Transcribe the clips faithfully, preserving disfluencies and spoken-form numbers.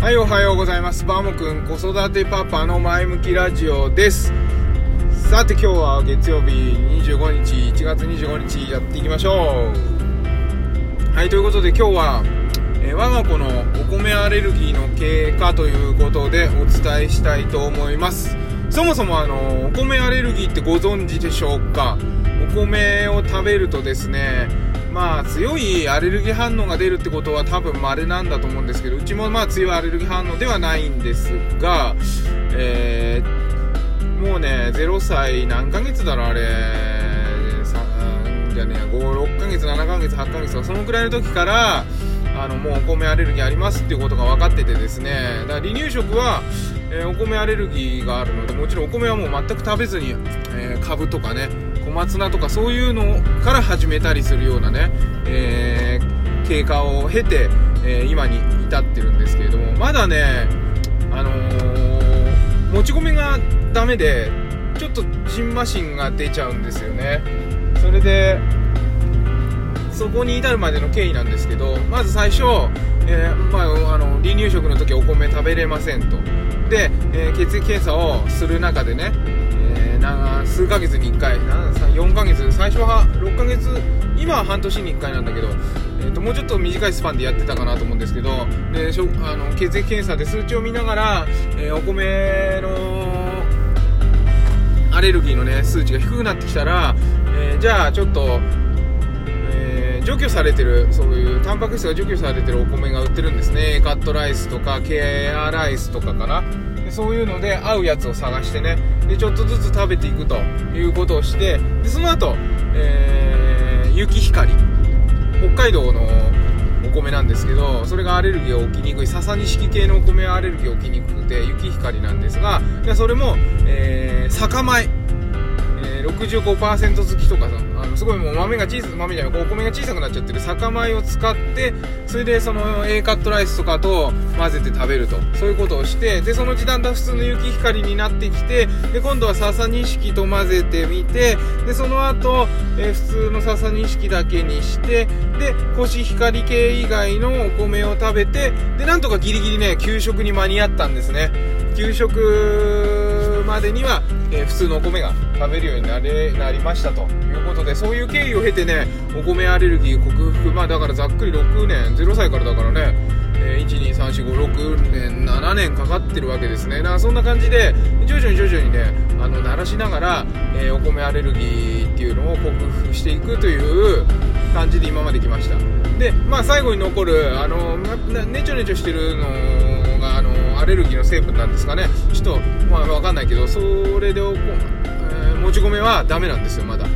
はい、おはようございます。バーモくん子育てパパの前向きラジオです。さて今日は月曜日にじゅうごにち、いちがつにじゅうごにちやっていきましょう。はい、ということで今日は、えー、我が子のお米アレルギーの経過ということでお伝えしたいと思います。そもそもあのお米アレルギーってご存知でしょうか。お米を食べるとですね、まあ強いアレルギー反応が出るってことは多分稀なんだと思うんですけど、うちもまあ強いアレルギー反応ではないんですが、えー、もうねゼロさい何ヶ月だろうあれさじゃねえご、ろっかげつ、ななかげつ、はちかげつとかそのくらいの時からあのもうお米アレルギーありますっていうことが分かっててですね、だから離乳食は、えー、お米アレルギーがあるので、もちろんお米はもう全く食べずに、えー、カブとかね小松菜とかそういうのから始めたりするようなね、えー、経過を経て、えー、今に至ってるんですけれども、まだねあのー、もち米がダメでちょっとジンマシンが出ちゃうんですよね。それでそこに至るまでの経緯なんですけど、まず最初、えーまあ、あの離乳食の時お米食べれませんと。で、えー、血液検査をする中でね、えー、な数ヶ月にいっかい、よんかげつ、最初はろっかげつ、今は半年にいっかいなんだけど、えー、ともうちょっと短いスパンでやってたかなと思うんですけど、でしょあの血液検査で数値を見ながら、えー、お米のアレルギーの、ね、数値が低くなってきたら、えー、じゃあちょっと除去されてる、そういうタンパク質が除去されてるお米が売ってるんですね。カットライスとかケアライスとかかな。でそういうので合うやつを探してね、でちょっとずつ食べていくということをして、でその後、えー、雪光、北海道のお米なんですけど、それがアレルギーが起きにくい笹錦系のお米はアレルギーが起きにくくて雪光なんですが、でそれも、えー、酒米、ろくじゅうごパーセント 好きとか、あのすごいもう豆が小さく、豆じゃない、お米が小さくなっちゃってる酒米を使って、それでその A カットライスとかと混ぜて食べると、そういうことをして、でそのうちだんだん普通の雪光になってきて、で今度は笹錦と混ぜてみて、でその後、えー、普通の笹錦だけにして、でコシヒカリ系以外のお米を食べて、でなんとかギリギリね給食に間に合ったんですね。給食までには、えー、普通のお米が食べるようになれなりましたということで、そういう経緯を経てねお米アレルギー克服、まあだからざっくりろくねん、ゼロさいからだからね、えー、いち、に、さん、し、ご、ろくねん、ななねんかかってるわけですね。だからそんな感じで徐々に徐々にねあの慣らしながら、えー、お米アレルギーっていうのを克服していくという感じで今まで来ました。でまあ最後に残るあのねちょねちょしてるのがあのアレルギーの成分なんですかね、ちょっとまあ分かんないけど、それでおこ、えー、もち米はダメなんですよまだ、うん、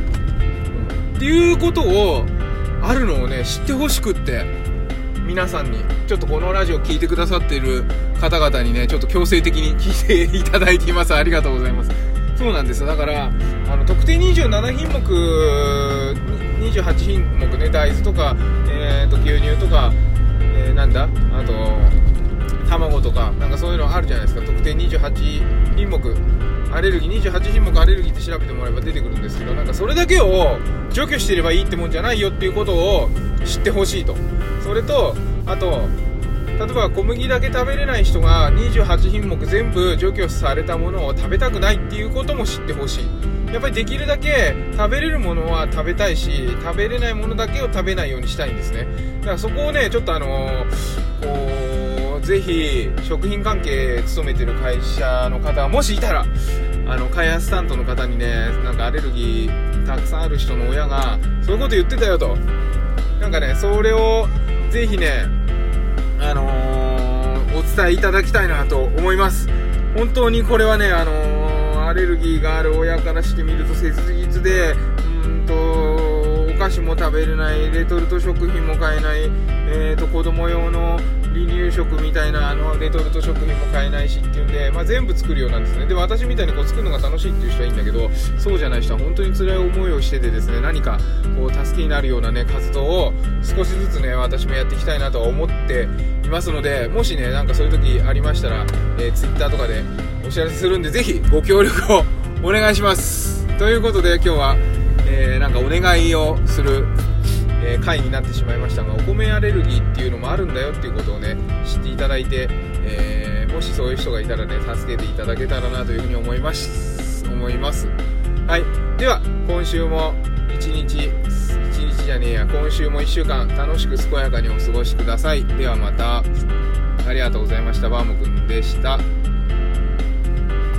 っていうことをあるのをね知ってほしくって、皆さんにちょっとこのラジオ聞いてくださっている方々にねちょっと強制的に聞いていただいています。ありがとうございます。そうなんですよ。だからあの特定にじゅうななひんもく、にじゅうはちひんもくね、大豆とか、えー、と牛乳とか、えー、なんだあと卵とかなんかそういうのあるじゃないですか。特定にじゅうはちひんもくアレルギー、にじゅうはちひんもくアレルギーって調べてもらえば出てくるんですけど、なんかそれだけを除去していればいいってもんじゃないよっていうことを知ってほしいと。それとあと例えば小麦だけ食べれない人がにじゅうはちひんもく全部除去されたものを食べたくないっていうことも知ってほしい。やっぱりできるだけ食べれるものは食べたいし、食べれないものだけを食べないようにしたいんですね。だからそこをねちょっとあのー、こうぜひ食品関係勤めてる会社の方もしいたら、あの開発担当の方にね、なんかアレルギーたくさんある人の親がそういうこと言ってたよと、なんかねそれをぜひねあのー、お伝えいただきたいなと思います。本当にこれはねあのー、アレルギーがある親からしてみると切実で、うーんとお菓子も食べれない、レトルト食品も買えない、えーと子供用の離乳食みたいなあのレトルト食品も買えないしっていうんで、まあ、全部作るようなんですね。で私みたいにこう作るのが楽しいっていう人はいいんだけど、そうじゃない人は本当に辛い思いをしててですね、何かこう助けになるようなね活動を少しずつね私もやっていきたいなとは思っていますので、もしねなんかそういう時ありましたら、えー、ツイッターとかでお知らせするんで、ぜひご協力をお願いします。ということで今日は、えー、なんかお願いをする、 えー、回になってしまいましたが、お米アレルギーっていうのもあるんだよっていうことをね知っていただいて、えー、もしそういう人がいたらね助けていただけたらなというふうに思います思いますはい。では今週も一日一日じゃねえや今週もいっしゅうかん楽しく健やかにお過ごしください。ではまた。ありがとうございました。バーモくんでした。